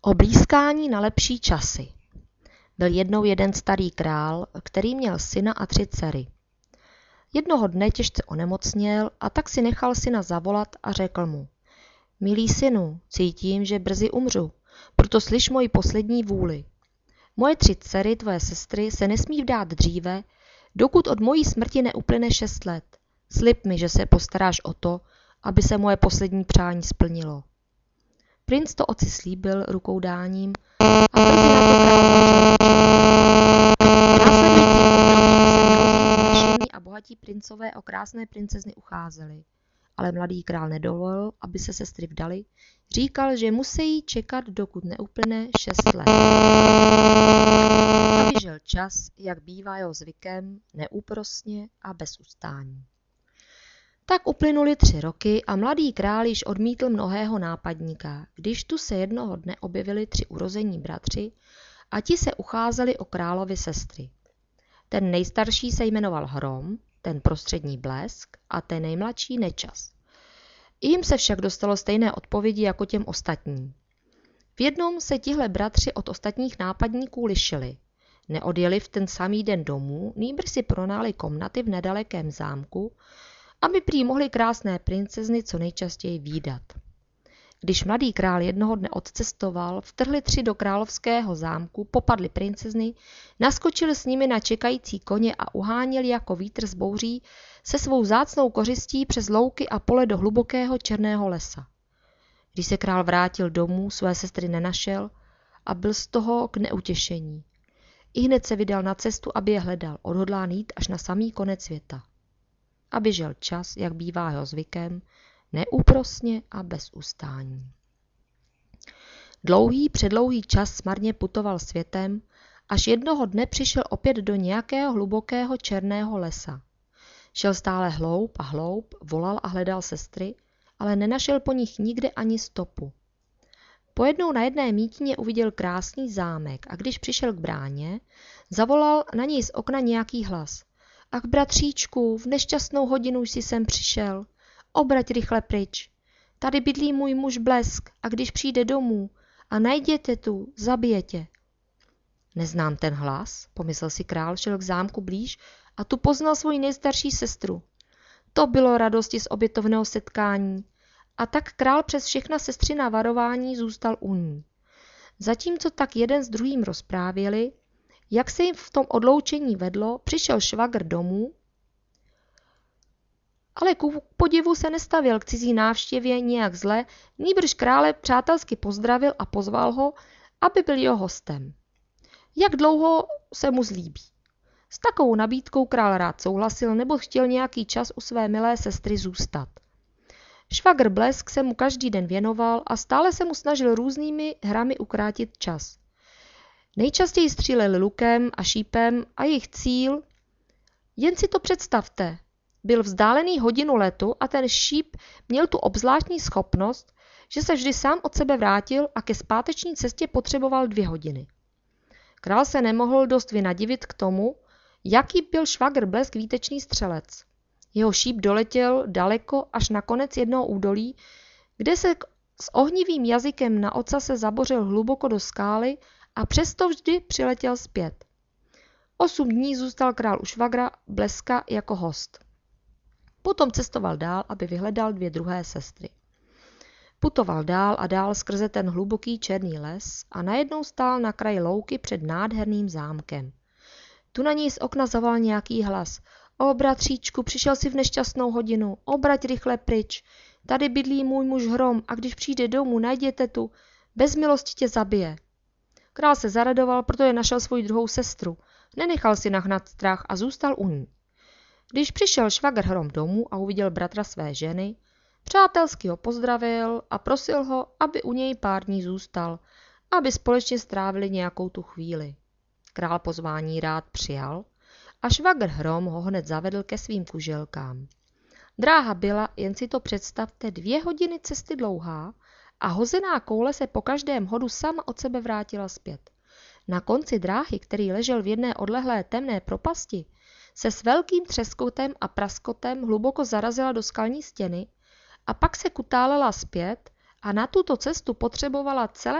O blýskání na lepší časy. Byl jednou jeden starý král, který měl syna a 3 dcery. Jednoho dne těžce onemocněl a tak si nechal syna zavolat a řekl mu: Milý synu, cítím, že brzy umřu, proto slyš moji poslední vůli. Moje 3 dcery, tvoje sestry, se nesmí vdát dříve, dokud od mojí smrti neuplyne 6 let. Slib mi, že se postaráš o to, aby se moje poslední přání splnilo. Princ to otci slíbil rukoudáním a brzy na to král a bohatí princové o krásné princezny ucházeli. Ale mladý král nedovolil, aby se sestry vdaly, říkal, že musí čekat, dokud neuplyne 6 let. Aby žil čas, jak bývá jeho zvykem, neúprosně a bez ustání. Tak uplynuly 3 roky a mladý král již odmítl mnohého nápadníka, když tu se jednoho dne objevili 3 urození bratři a ti se ucházeli o královy sestry. Ten nejstarší se jmenoval Hrom, ten prostřední Blesk a ten nejmladší Nečas. Jim se však dostalo stejné odpovědi jako těm ostatním. V jednom se tihle bratři od ostatních nápadníků lišili. Neodjeli v ten samý den domů, nýbrž si pronáli komnaty v nedalekém zámku, aby prý mohli krásné princezny co nejčastěji vídat. Když mladý král jednoho dne odcestoval, vtrhli 3 do královského zámku, popadli princezny, naskočili s nimi na čekající koně a uháněli jako vítr z bouří se svou vzácnou kořistí přes louky a pole do hlubokého černého lesa. Když se král vrátil domů, své sestry nenašel a byl z toho k neutěšení. Ihned se vydal na cestu, aby je hledal, odhodlán jít až na samý konec světa. Aby žil čas, jak bývá jeho zvykem, neúprosně a bez ustání. Předlouhý čas marně putoval světem, až jednoho dne přišel opět do nějakého hlubokého černého lesa. Šel stále hloub a hloub, volal a hledal sestry, ale nenašel po nich nikde ani stopu. Pojednou na jedné mítině uviděl krásný zámek a když přišel k bráně, zavolal na něj z okna nějaký hlas. Ach, bratříčku, v nešťastnou hodinu jsi sem přišel. Obrať rychle pryč. Tady bydlí můj muž Blesk a když přijde domů a najděte tu, zabije tě. Neznám ten hlas, pomyslel si král, šel k zámku blíž a tu poznal svoji nejstarší sestru. To bylo radosti z obětovného setkání a tak král přes všechna sestřina varování zůstal u ní. Zatímco tak jeden s druhým rozprávěli, jak se jim v tom odloučení vedlo, přišel švagr domů, ale ku podivu se nestavil k cizí návštěvě nijak zle, nýbrž krále přátelsky pozdravil a pozval ho, aby byl jeho hostem. Jak dlouho se mu zlíbí. S takovou nabídkou král rád souhlasil, nebo chtěl nějaký čas u své milé sestry zůstat. Švagr Blesk se mu každý den věnoval a stále se mu snažil různými hrami ukrátit čas. Nejčastěji stříleli lukem a šípem a jejich cíl, jen si to představte, byl vzdálený hodinu letu a ten šíp měl tu obzvláštní schopnost, že se vždy sám od sebe vrátil a ke zpáteční cestě potřeboval 2 hodiny. Král se nemohl dost vynadivit k tomu, jaký byl švagr Blesk výtečný střelec. Jeho šíp doletěl daleko až na konec jednoho údolí, kde se s ohnivým jazykem na ocase zabořil hluboko do skály a přesto vždy přiletěl zpět. 8 dní zůstal král u švagra Bleska jako host. Potom cestoval dál, aby vyhledal 2 druhé sestry. Putoval dál a dál skrze ten hluboký černý les a najednou stál na kraji louky před nádherným zámkem. Tu na něj z okna zavolal nějaký hlas. O, bratříčku, přišel jsi v nešťastnou hodinu, obrať rychle pryč. Tady bydlí můj muž Hrom a když přijde domů, najděte tu, bez milosti tě zabije. Král se zaradoval, protože našel svoji druhou sestru. Nenechal si nahnat strach a zůstal u ní. Když přišel švagr Hrom domů a uviděl bratra své ženy, přátelsky ho pozdravil a prosil ho, aby u něj pár dní zůstal, aby společně strávili nějakou tu chvíli. Král pozvání rád přijal a švagr Hrom ho hned zavedl ke svým kuželkám. Dráha byla, jen si to představte, 2 hodiny cesty dlouhá a hozená koule se po každém hodu sama od sebe vrátila zpět. Na konci dráhy, který ležel v jedné odlehlé temné propasti, se s velkým třeskotem a praskotem hluboko zarazila do skalní stěny a pak se kutálela zpět a na tuto cestu potřebovala celé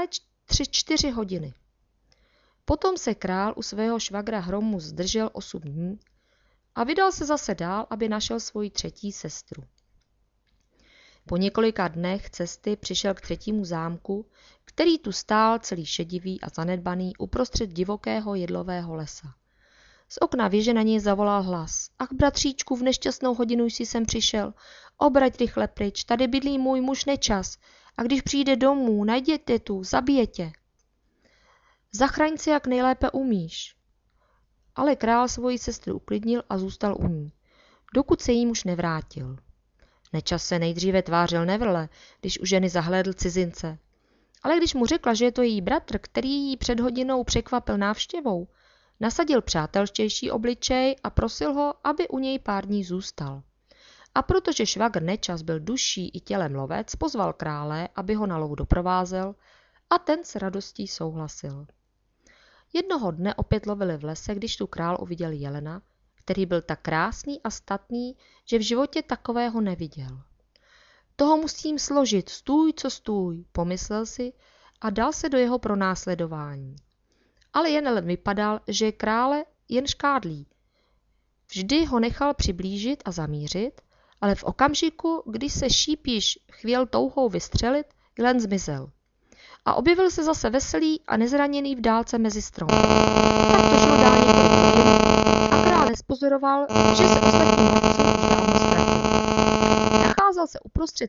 3-4 hodiny. Potom se král u svého švagra Hromu zdržel 8 dní a vydal se zase dál, aby našel svoji 3. sestru. Po několika dnech cesty přišel k 3. zámku, který tu stál celý šedivý a zanedbaný uprostřed divokého jedlového lesa. Z okna věže na něj zavolal hlas. Ach, bratříčku, v nešťastnou hodinu jsi sem přišel. Obrať rychle pryč, tady bydlí můj muž Nečas. A když přijde domů, najděte tu, zabije tě. Zachraň se, jak nejlépe umíš. Ale král svoji sestru uklidnil a zůstal u ní, dokud se jí muž nevrátil. Nečas se nejdříve tvářil nevrle, když u ženy zahlédl cizince. Ale když mu řekla, že je to její bratr, který ji před hodinou překvapil návštěvou, nasadil přátelštější obličej a prosil ho, aby u něj pár dní zůstal. A protože švagr Nečas byl duší i tělem lovec, pozval krále, aby ho na lov doprovázel, a ten s radostí souhlasil. Jednoho dne opět lovili v lese, když tu král uviděl jelena, který byl tak krásný a statný, že v životě takového neviděl. Toho musím složit, stůj, co stůj, pomyslel si a dal se do jeho pronásledování. Ale jen vypadal, že je krále jen škádlí. Vždy ho nechal přiblížit a zamířit, ale v okamžiku, když se šíp již chvěl touhou vystřelit, jelen zmizel. A objevil se zase veselý a nezraněný v dálce mezi stromy. Tak to šlo dál několik hodin a král nespozoroval, že se ostatní lovcům už dávno ztratil. Nacházel se uprostřed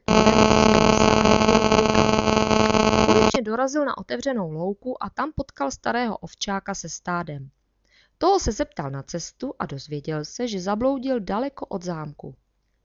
konečně dorazil na otevřenou louku a tam potkal starého ovčáka se stádem. Toho se zeptal na cestu a dozvěděl se, že zabloudil daleko od zámku.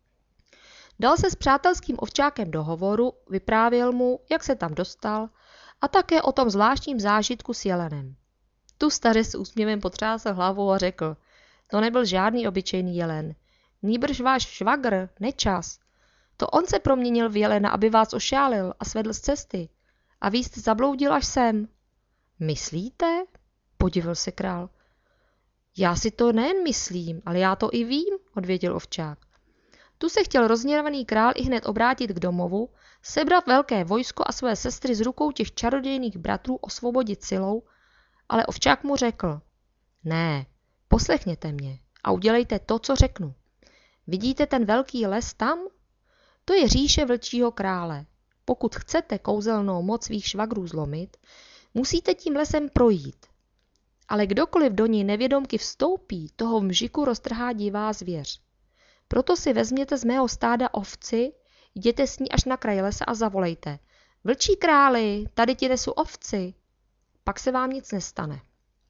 Dal se s přátelským ovčákem do hovoru, vyprávěl mu, jak se tam dostal a také o tom zvláštním zážitku s jelenem. Tu stařec s úsměvem potřásl hlavou a řekl, to nebyl žádný obyčejný jelen, nýbrž váš švagr, Nečas. To on se proměnil v jelena, aby vás ošálil a svedl z cesty. A vy jste zabloudil až sem. Myslíte? Podivil se král. Já si to nejen myslím, ale já to i vím, odvěděl ovčák. Tu se chtěl rozněvaný král i hned obrátit k domovu, sebrat velké vojsko a své sestry z rukou těch čarodějných bratrů osvobodit silou, ale ovčák mu řekl, ne, poslechněte mě a udělejte to, co řeknu. Vidíte ten velký les tam? To je říše vlčího krále. Pokud chcete kouzelnou moc svých švagrů zlomit, musíte tím lesem projít. Ale kdokoliv do ní nevědomky vstoupí, toho v mžiku roztrhá divá zvěř. Proto si vezměte z mého stáda ovci, jděte s ní až na kraj lesa a zavolejte. Vlčí králi, tady ti nesu ovci. Pak se vám nic nestane.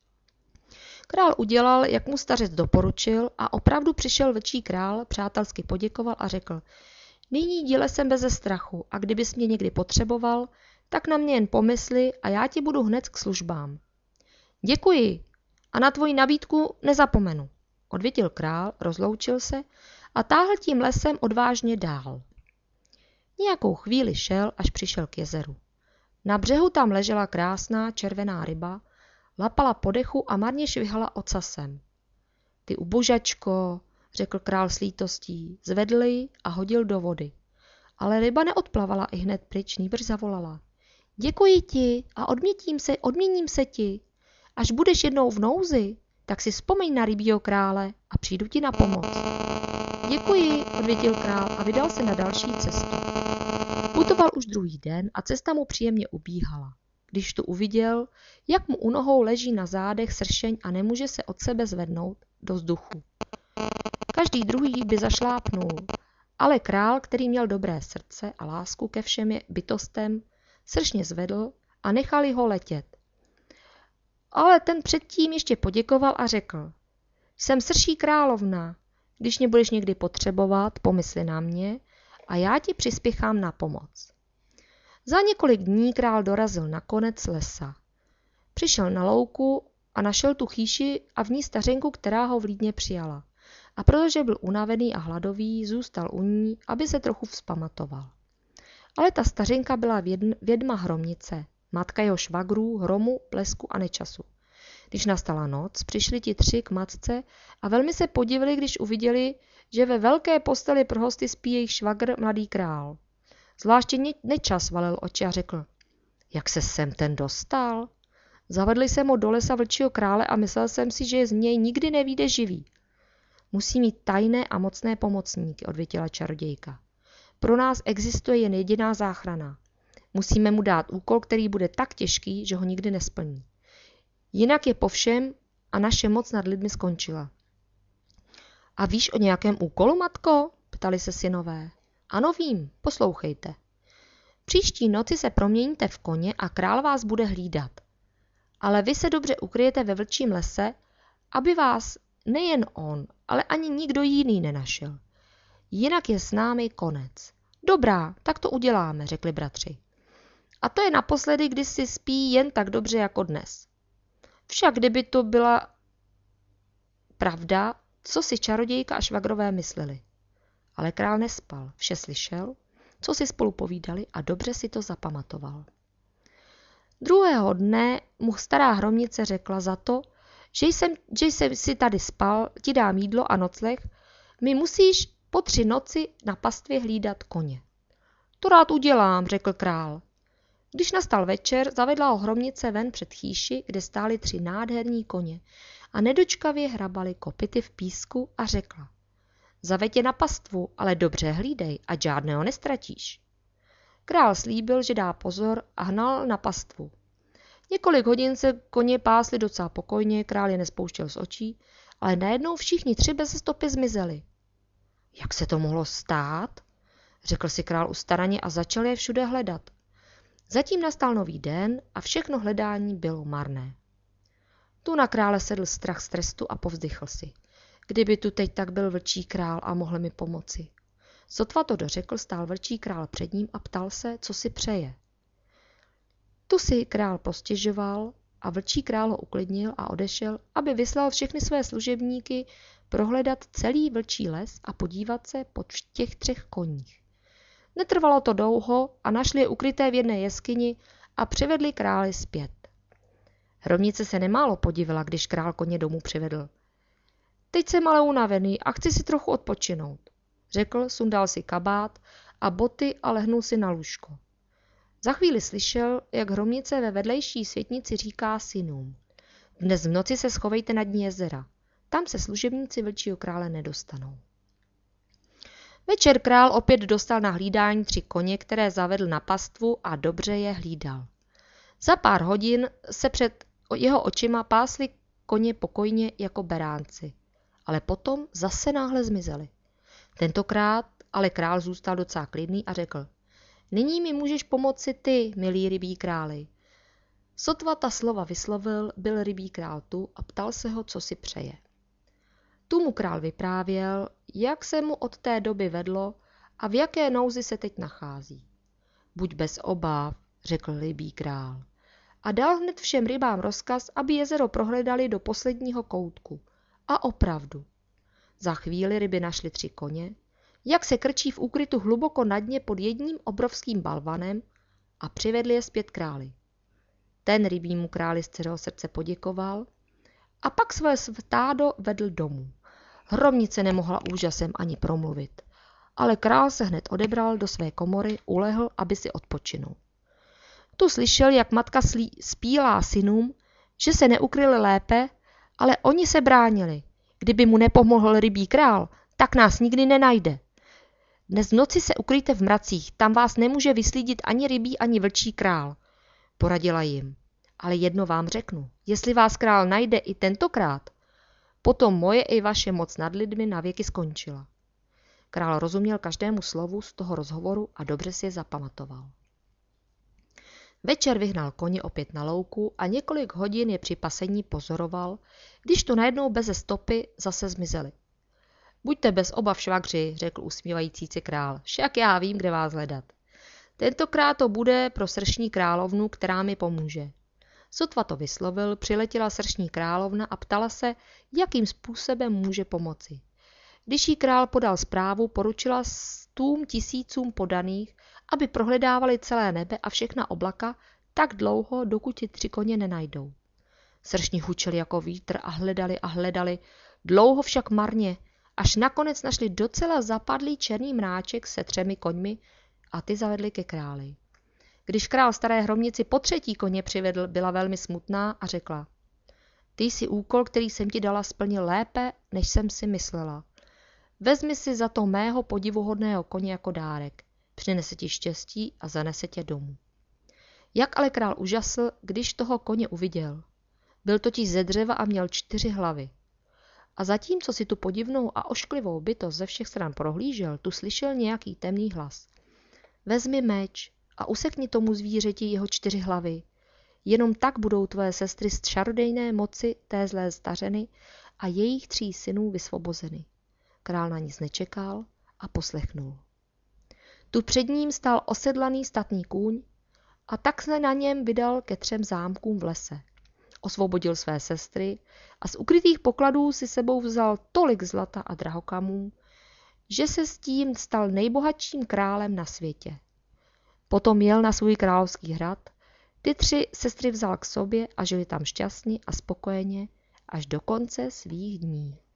Král udělal, jak mu stařec doporučil a opravdu přišel vlčí král, přátelsky poděkoval a řekl, nyní jdi lesem beze strachu a kdybys mě někdy potřeboval, tak na mě jen pomysli a já ti budu hned k službám. Děkuji a na tvoji nabídku nezapomenu, odvětil král, rozloučil se a táhl tím lesem odvážně dál. Nějakou chvíli šel, až přišel k jezeru. Na břehu tam ležela krásná červená ryba, lapala po dechu a marně švihala ocasem. Ty ubožačko, řekl král s lítostí, zvedl ji a hodil do vody. Ale ryba neodplavala i hned pryč, nýbrž zavolala. Děkuji ti a odměním se ti. Až budeš jednou v nouzi, tak si vzpomeň na rybího krále a přijdu ti na pomoc. Děkuji, odvětil král a vydal se na další cestu. Putoval už druhý den a cesta mu příjemně ubíhala. Když tu uviděl, jak mu u nohou leží na zádech sršeň a nemůže se od sebe zvednout do vzduchu. Každý druhý by zašlápnul, ale král, který měl dobré srdce a lásku ke všem bytostem, sršně zvedl a nechali ho letět. Ale ten předtím ještě poděkoval a řekl, jsem srší královna, když mě budeš někdy potřebovat, pomysli na mě a já ti přispěchám na pomoc. Za několik dní král dorazil na konec lesa. Přišel na louku a našel tu chýši a v ní stařenku, která ho vlídně přijala. A protože byl unavený a hladový, zůstal u ní, aby se trochu vzpamatoval. Ale ta stařenka byla vědma Hromnice, matka jeho švagrů, Hromu, Blesku a Nečasu. Když nastala noc, přišli ti tři k matce a velmi se podivili, když uviděli, že ve velké posteli pro hosty spí jejich švagr, mladý král. Zvláště Nečas valil oči a řekl, Jak se sem ten dostal? Zavedli jsem ho do lesa vlčího krále a myslel jsem si, že z něj nikdy nevyjde živý. Musí mít tajné a mocné pomocníky, odvětila čarodějka. Pro nás existuje jen jediná záchrana. Musíme mu dát úkol, který bude tak těžký, že ho nikdy nesplní. Jinak je po všem a naše moc nad lidmi skončila. A víš o nějakém úkolu, matko? Ptali se synové. Ano, vím, poslouchejte. Příští noci se proměníte v koně a král vás bude hlídat. Ale vy se dobře ukryjete ve vlčím lese, aby vás nejen on, ale ani nikdo jiný nenašel. Jinak je s námi konec. Dobrá, tak to uděláme, řekli bratři. A to je naposledy, kdy si spí jen tak dobře jako dnes. Však kdyby to byla pravda, co si čarodějka a švagrové mysleli. Ale král nespal, vše slyšel, co si spolu povídali a dobře si to zapamatoval. Druhého dne mu stará hromnice řekla za to, že jsem si tady spal, ti dám jídlo a nocleh, mi musíš po 3 noci na pastvě hlídat koně. To rád udělám, řekl král. Když nastal večer, zavedla ho hromnice ven před chýši, kde stály 3 nádherní koně a nedočkavě hrabali kopyty v písku a řekla. Zaveď je na pastvu, ale dobře hlídej, ať žádného nestratíš. Král slíbil, že dá pozor a hnal na pastvu. Několik hodin se koně pásli docela pokojně, král je nespouštěl z očí, ale najednou všichni 3 bez stopy zmizeli. Jak se to mohlo stát? Řekl si král ustaraně a začal je všude hledat. Zatím nastal nový den a všechno hledání bylo marné. Tu na krále sedl strach z trestu a povzdychl si. Kdyby tu teď tak byl vlčí král a mohl mi pomoci. Sotva to dořekl, stál vlčí král před ním a ptal se, co si přeje. Tu si král postěžoval a vlčí král ho uklidnil a odešel, aby vyslal všechny své služebníky prohledat celý vlčí les a podívat se po těch 3 koních. Netrvalo to dlouho a našli je ukryté v jedné jeskyni a přivedli králi zpět. Hromnice se nemálo podivila, když král koně domů přivedl. Teď jsem ale unavený a chci si trochu odpočinout, řekl, sundal si kabát a boty a lehnul si na lůžko. Za chvíli slyšel, jak hromnice ve vedlejší světnici říká synům. Dnes v noci se schovejte na dně jezera. Tam se služebníci vlčího krále nedostanou. Večer král opět dostal na hlídání 3 koně, které zavedl na pastvu a dobře je hlídal. Za pár hodin se před jeho očima pásli koně pokojně jako beránci, ale potom zase náhle zmizeli. Tentokrát ale král zůstal docela klidný a řekl, nyní mi můžeš pomoci ty, milý rybí králi. Sotva ta slova vyslovil, byl rybí král tu a ptal se ho, co si přeje. Tu mu král vyprávěl, jak se mu od té doby vedlo a v jaké nouzi se teď nachází. Buď bez obav, řekl rybí král. A dal hned všem rybám rozkaz, aby jezero prohledali do posledního koutku. A opravdu. Za chvíli ryby našly 3 koně, jak se krčí v úkrytu hluboko na dně pod jedním obrovským balvanem a přivedli je zpět králi. Ten rybímu králi z celého srdce poděkoval a pak své stádo vedl domů. Hromnice nemohla úžasem ani promluvit, ale král se hned odebral do své komory, ulehl, aby si odpočinul. Tu slyšel, jak matka spílá synům, že se neukryli lépe, ale oni se bránili. Kdyby mu nepomohl rybí král, tak nás nikdy nenajde. Dnes v noci se ukryjte v mracích, tam vás nemůže vyslídit ani rybí, ani vlčí král, poradila jim. Ale jedno vám řeknu, jestli vás král najde i tentokrát, potom moje i vaše moc nad lidmi navěky skončila. Král rozuměl každému slovu z toho rozhovoru a dobře si je zapamatoval. Večer vyhnal koně opět na louku a několik hodin je při pasení pozoroval, když to najednou beze stopy zase zmizeli. Buďte bez obav, švagři, řekl usmívající se král, však já vím, kde vás hledat. Tentokrát to bude pro sršní královnu, která mi pomůže. Sotva to vyslovil, přiletěla sršní královna a ptala se, jakým způsobem může pomoci. Když jí král podal zprávu, poručila 100 000 podaných, aby prohledávali celé nebe a všechna oblaka tak dlouho, dokud ti 3 koně nenajdou. Sršní hučeli jako vítr a hledali, dlouho však marně, až nakonec našli docela zapadlý černý mráček se 3 koňmi a ty zavedli ke králi. Když král staré hromnici po třetí koně přivedl, byla velmi smutná a řekla: Ty jsi úkol, který jsem ti dala, splnil lépe, než jsem si myslela. Vezmi si za to mého podivuhodného koně jako dárek. Přinese ti štěstí a zanese tě domů. Jak ale král užasl, když toho koně uviděl. Byl totiž ze dřeva a měl 4 hlavy. A zatímco si tu podivnou a ošklivou bytost ze všech stran prohlížel, tu slyšel nějaký temný hlas. Vezmi meč a usekni tomu zvířeti jeho 4 hlavy. Jenom tak budou tvoje sestry z čarodejné moci té zlé stařeny a jejich 3 synů vysvobozeny. Král na nic nečekal a poslechnul. Tu před ním stál osedlaný statný kůň a tak se na něm vydal ke 3 zámkům v lese. Osvobodil své sestry a z ukrytých pokladů si sebou vzal tolik zlata a drahokamů, že se s tím stal nejbohatším králem na světě. Potom jel na svůj královský hrad, ty 3 sestry vzal k sobě a žili tam šťastně a spokojeně až do konce svých dní.